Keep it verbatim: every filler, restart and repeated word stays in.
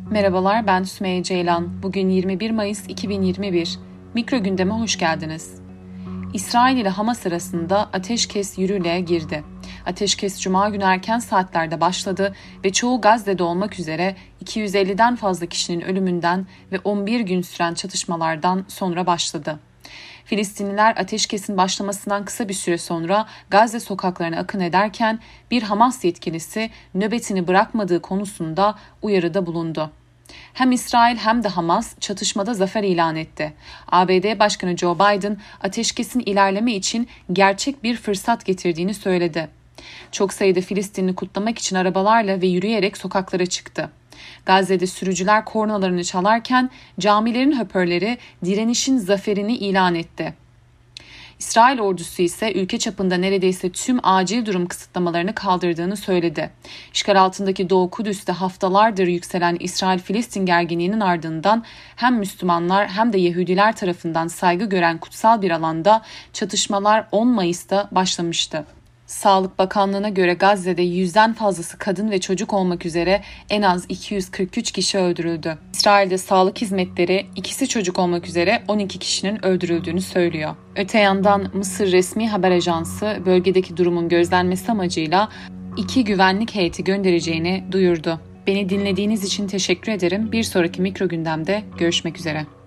Merhabalar, ben Sümeyye Ceylan. Bugün yirmi bir Mayıs iki bin yirmi bir. Mikro gündeme hoş geldiniz. İsrail ile Hamas arasında ateşkes yürürlüğe girdi. Ateşkes Cuma günü erken saatlerde başladı ve çoğu Gazze'de olmak üzere iki yüz elliden fazla kişinin ölümünden ve on bir gün süren çatışmalardan sonra başladı. Filistinliler ateşkesin başlamasından kısa bir süre sonra Gazze sokaklarına akın ederken bir Hamas yetkilisi nöbetini bırakmadığı konusunda uyarıda bulundu. Hem İsrail hem de Hamas çatışmada zafer ilan etti. A B D Başkanı Joe Biden ateşkesin ilerleme için gerçek bir fırsat getirdiğini söyledi. Çok sayıda Filistinli kutlamak için arabalarla ve yürüyerek sokaklara çıktı. Gazze'de sürücüler kornalarını çalarken camilerin hoparlörleri direnişin zaferini ilan etti. İsrail ordusu ise ülke çapında neredeyse tüm acil durum kısıtlamalarını kaldırdığını söyledi. İşgal altındaki Doğu Kudüs'te haftalardır yükselen İsrail-Filistin gerginliğinin ardından hem Müslümanlar hem de Yahudiler tarafından saygı gören kutsal bir alanda çatışmalar on Mayıs'ta başlamıştı. Sağlık Bakanlığı'na göre Gazze'de yüzden fazlası kadın ve çocuk olmak üzere en az iki yüz kırk üç kişi öldürüldü. İsrail'de sağlık hizmetleri ikisi çocuk olmak üzere on iki kişinin öldürüldüğünü söylüyor. Öte yandan Mısır resmi haber ajansı bölgedeki durumun gözlenmesi amacıyla iki güvenlik heyeti göndereceğini duyurdu. Beni dinlediğiniz için teşekkür ederim. Bir sonraki mikro gündemde görüşmek üzere.